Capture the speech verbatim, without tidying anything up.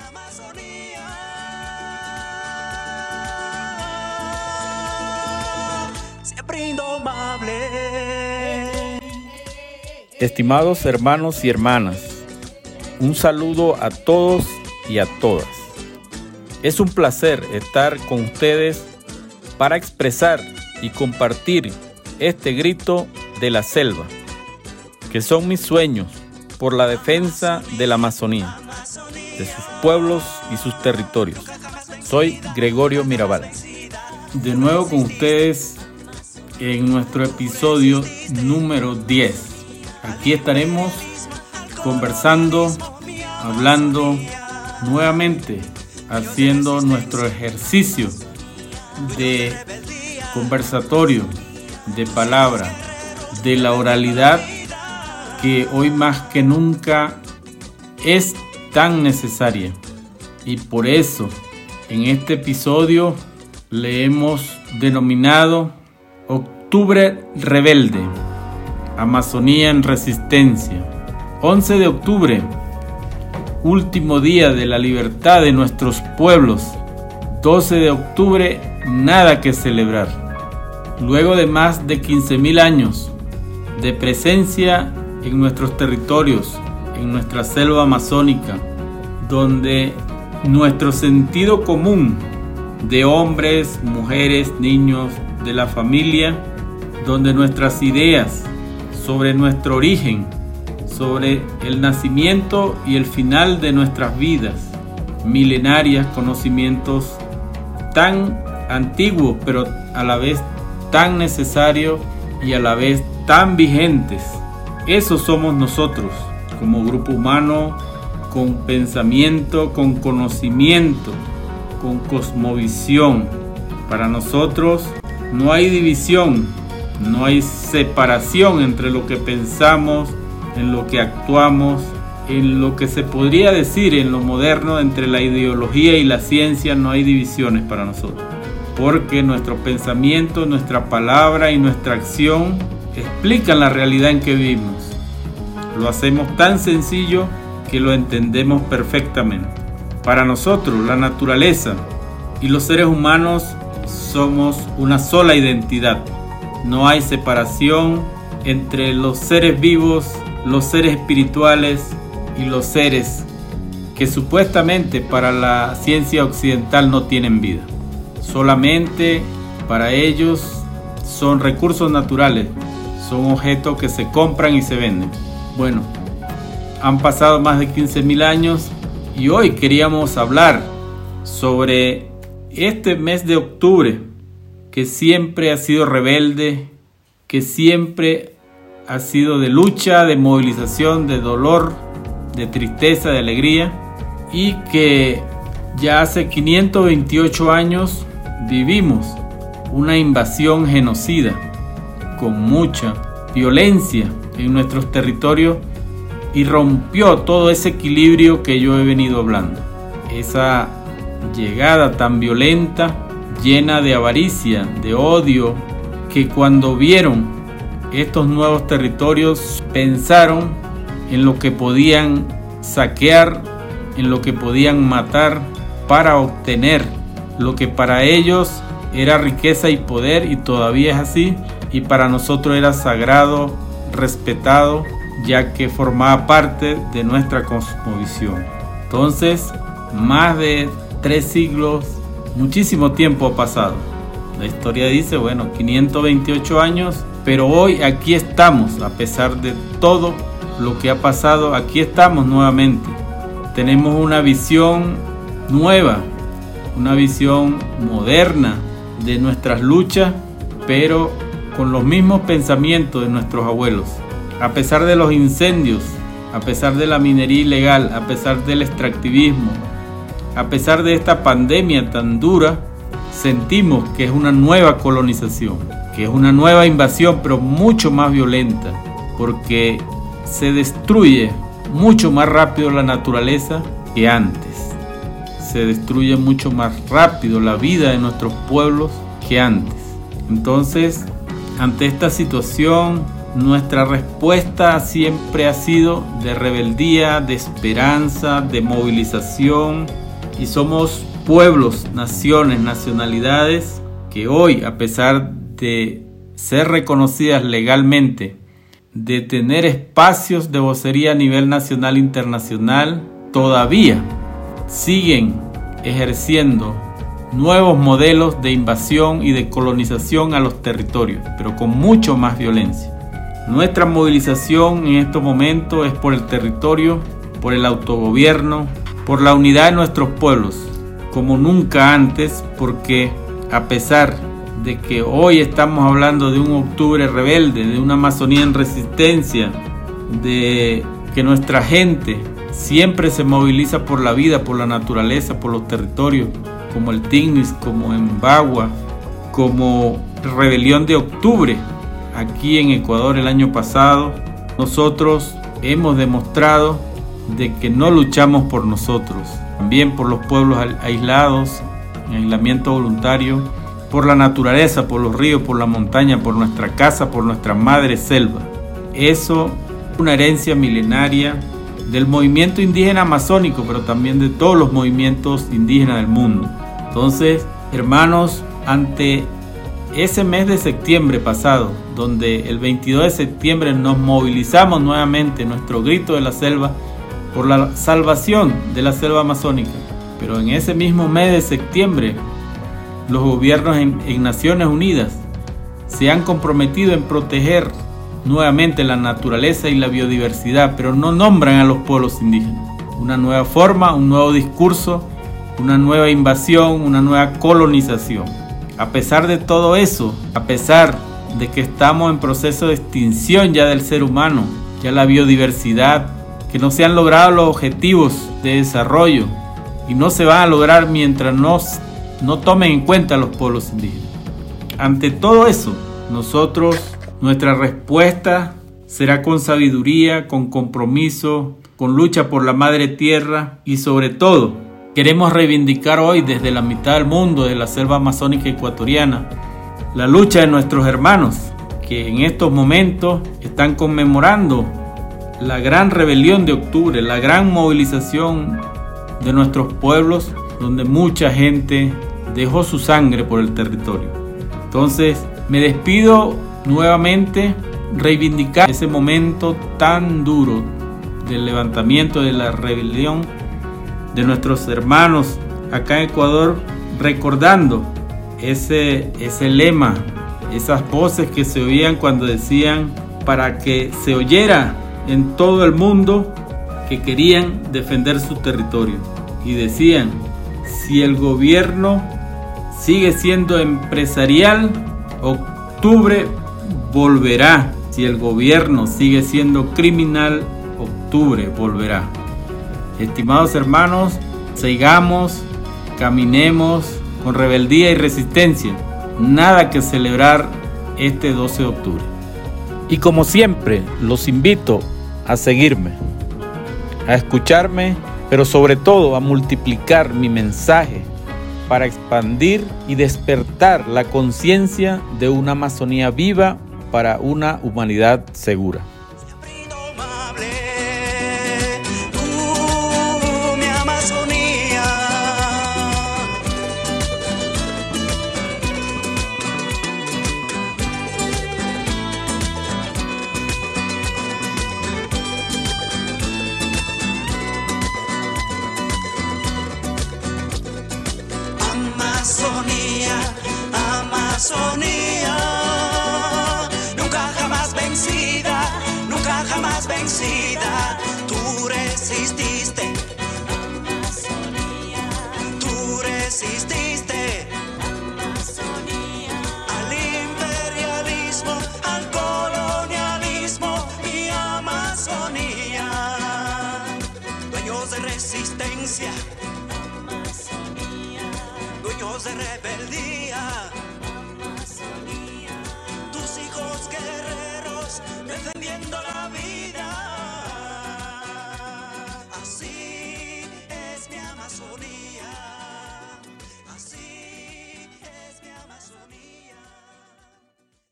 Siempre indomable. Estimados hermanos y hermanas, un saludo a todos y a todas. Es un placer estar con ustedes para expresar y compartir este grito de la selva, que son mis sueños por la defensa de la Amazonía, de sus pueblos y sus territorios. Soy Gregorio Mirabal. De nuevo con ustedes en nuestro episodio número diez. Aquí estaremos conversando, hablando nuevamente, haciendo nuestro ejercicio de conversatorio, de palabra, de la oralidad que hoy más que nunca es tan necesaria. Y por eso en este episodio le hemos denominado Octubre Rebelde, Amazonía en Resistencia. once de octubre, último día de la libertad de nuestros pueblos. doce de octubre, nada que celebrar. Luego de más de quince mil años de presencia en nuestros territorios, en nuestra selva amazónica, donde nuestro sentido común de hombres, mujeres, niños, de la familia, donde nuestras ideas sobre nuestro origen, sobre el nacimiento y el final de nuestras vidas milenarias, conocimientos tan antiguos pero a la vez tan necesarios y a la vez tan vigentes. Eso somos nosotros como grupo humano, con pensamiento, con conocimiento, con cosmovisión. Para nosotros no hay división, no hay separación entre lo que pensamos, en lo que actuamos, en lo que se podría decir en lo moderno entre la ideología y la ciencia. No hay divisiones para nosotros, porque nuestro pensamiento, nuestra palabra y nuestra acción explican la realidad en que vivimos. Lo hacemos tan sencillo que lo entendemos perfectamente. Para nosotros, la naturaleza y los seres humanos somos una sola identidad. No hay separación entre los seres vivos, los seres espirituales y los seres que supuestamente para la ciencia occidental no tienen vida. Solamente para ellos son recursos naturales, son objetos que se compran y se venden. Bueno, han pasado más de quince mil años y hoy queríamos hablar sobre este mes de octubre, que siempre ha sido rebelde, que siempre ha sido de lucha, de movilización, de dolor, de tristeza, de alegría, y que ya hace quinientos veintiocho años vivimos una invasión genocida con mucha violencia en nuestros territorios y rompió todo ese equilibrio que yo he venido hablando. Esa llegada tan violenta, llena de avaricia, de odio, que cuando vieron estos nuevos territorios pensaron en lo que podían saquear, en lo que podían matar para obtener lo que para ellos era riqueza y poder, y todavía es así, y para nosotros era sagrado, respetado, ya que formaba parte de nuestra cosmovisión. Entonces, más de tres siglos, muchísimo tiempo ha pasado. La historia dice, bueno, quinientos veintiocho años, pero hoy aquí estamos, a pesar de todo lo que ha pasado, aquí estamos nuevamente. Tenemos una visión nueva, una visión moderna de nuestras luchas, pero con los mismos pensamientos de nuestros abuelos. A pesar de los incendios, a pesar de la minería ilegal, a pesar del extractivismo, a pesar de esta pandemia tan dura, sentimos que es una nueva colonización, que es una nueva invasión, pero mucho más violenta, porque se destruye mucho más rápido la naturaleza que antes. Se destruye mucho más rápido la vida de nuestros pueblos que antes. Entonces, ante esta situación nuestra respuesta siempre ha sido de rebeldía, de esperanza, de movilización, y somos pueblos, naciones, nacionalidades que hoy, a pesar de ser reconocidas legalmente, de tener espacios de vocería a nivel nacional e internacional, todavía siguen ejerciendo nuevos modelos de invasión y de colonización a los territorios, pero con mucho más violencia. Nuestra movilización en estos momentos es por el territorio, por el autogobierno, por la unidad de nuestros pueblos, como nunca antes, porque a pesar de que hoy estamos hablando de un octubre rebelde, de una Amazonía en resistencia, de que nuestra gente siempre se moviliza por la vida, por la naturaleza, por los territorios, como el Tignis, como en Bagua, como Rebelión de Octubre, aquí en Ecuador el año pasado, nosotros hemos demostrado de que no luchamos por nosotros, también por los pueblos aislados, en aislamiento voluntario, por la naturaleza, por los ríos, por la montaña, por nuestra casa, por nuestra madre selva. Eso es una herencia milenaria del movimiento indígena amazónico, pero también de todos los movimientos indígenas del mundo. Entonces, hermanos, ante ese mes de septiembre pasado, donde el veintidós de septiembre nos movilizamos nuevamente, nuestro grito de la selva, por la salvación de la selva amazónica, pero en ese mismo mes de septiembre, los gobiernos en, en Naciones Unidas se han comprometido en proteger nuevamente la naturaleza y la biodiversidad, pero no nombran a los pueblos indígenas. Una nueva forma, un nuevo discurso, una nueva invasión, una nueva colonización. A pesar de todo eso, a pesar de que estamos en proceso de extinción ya del ser humano, ya la biodiversidad, que no se han logrado los objetivos de desarrollo y no se van a lograr mientras no, no tomen en cuenta a los pueblos indígenas. Ante todo eso, nosotros, nuestra respuesta será con sabiduría, con compromiso, con lucha por la madre tierra y sobre todo, queremos reivindicar hoy desde la mitad del mundo, de la selva amazónica ecuatoriana, la lucha de nuestros hermanos que en estos momentos están conmemorando la gran rebelión de octubre, la gran movilización de nuestros pueblos, donde mucha gente dejó su sangre por el territorio. Entonces, me despido nuevamente, reivindicar ese momento tan duro del levantamiento de la rebelión de nuestros hermanos acá en Ecuador, recordando ese, ese lema, esas voces que se oían cuando decían para que se oyera en todo el mundo que querían defender su territorio, y decían: si el gobierno sigue siendo empresarial, octubre volverá. Si el gobierno sigue siendo criminal, octubre volverá. Estimados hermanos, sigamos, caminemos con rebeldía y resistencia. Nada que celebrar este doce de octubre. Y como siempre, los invito a seguirme, a escucharme, pero sobre todo a multiplicar mi mensaje para expandir y despertar la conciencia de una Amazonía viva para una humanidad segura. Amazonía, Amazonía, nunca jamás vencida, nunca jamás vencida. Tú resististe, Amazonía, tú resististe, Amazonía, al imperialismo, al colonialismo, mi Amazonía, dueños de resistencia, dueños de rebeldía, Amazonía, tus hijos guerreros defendiendo la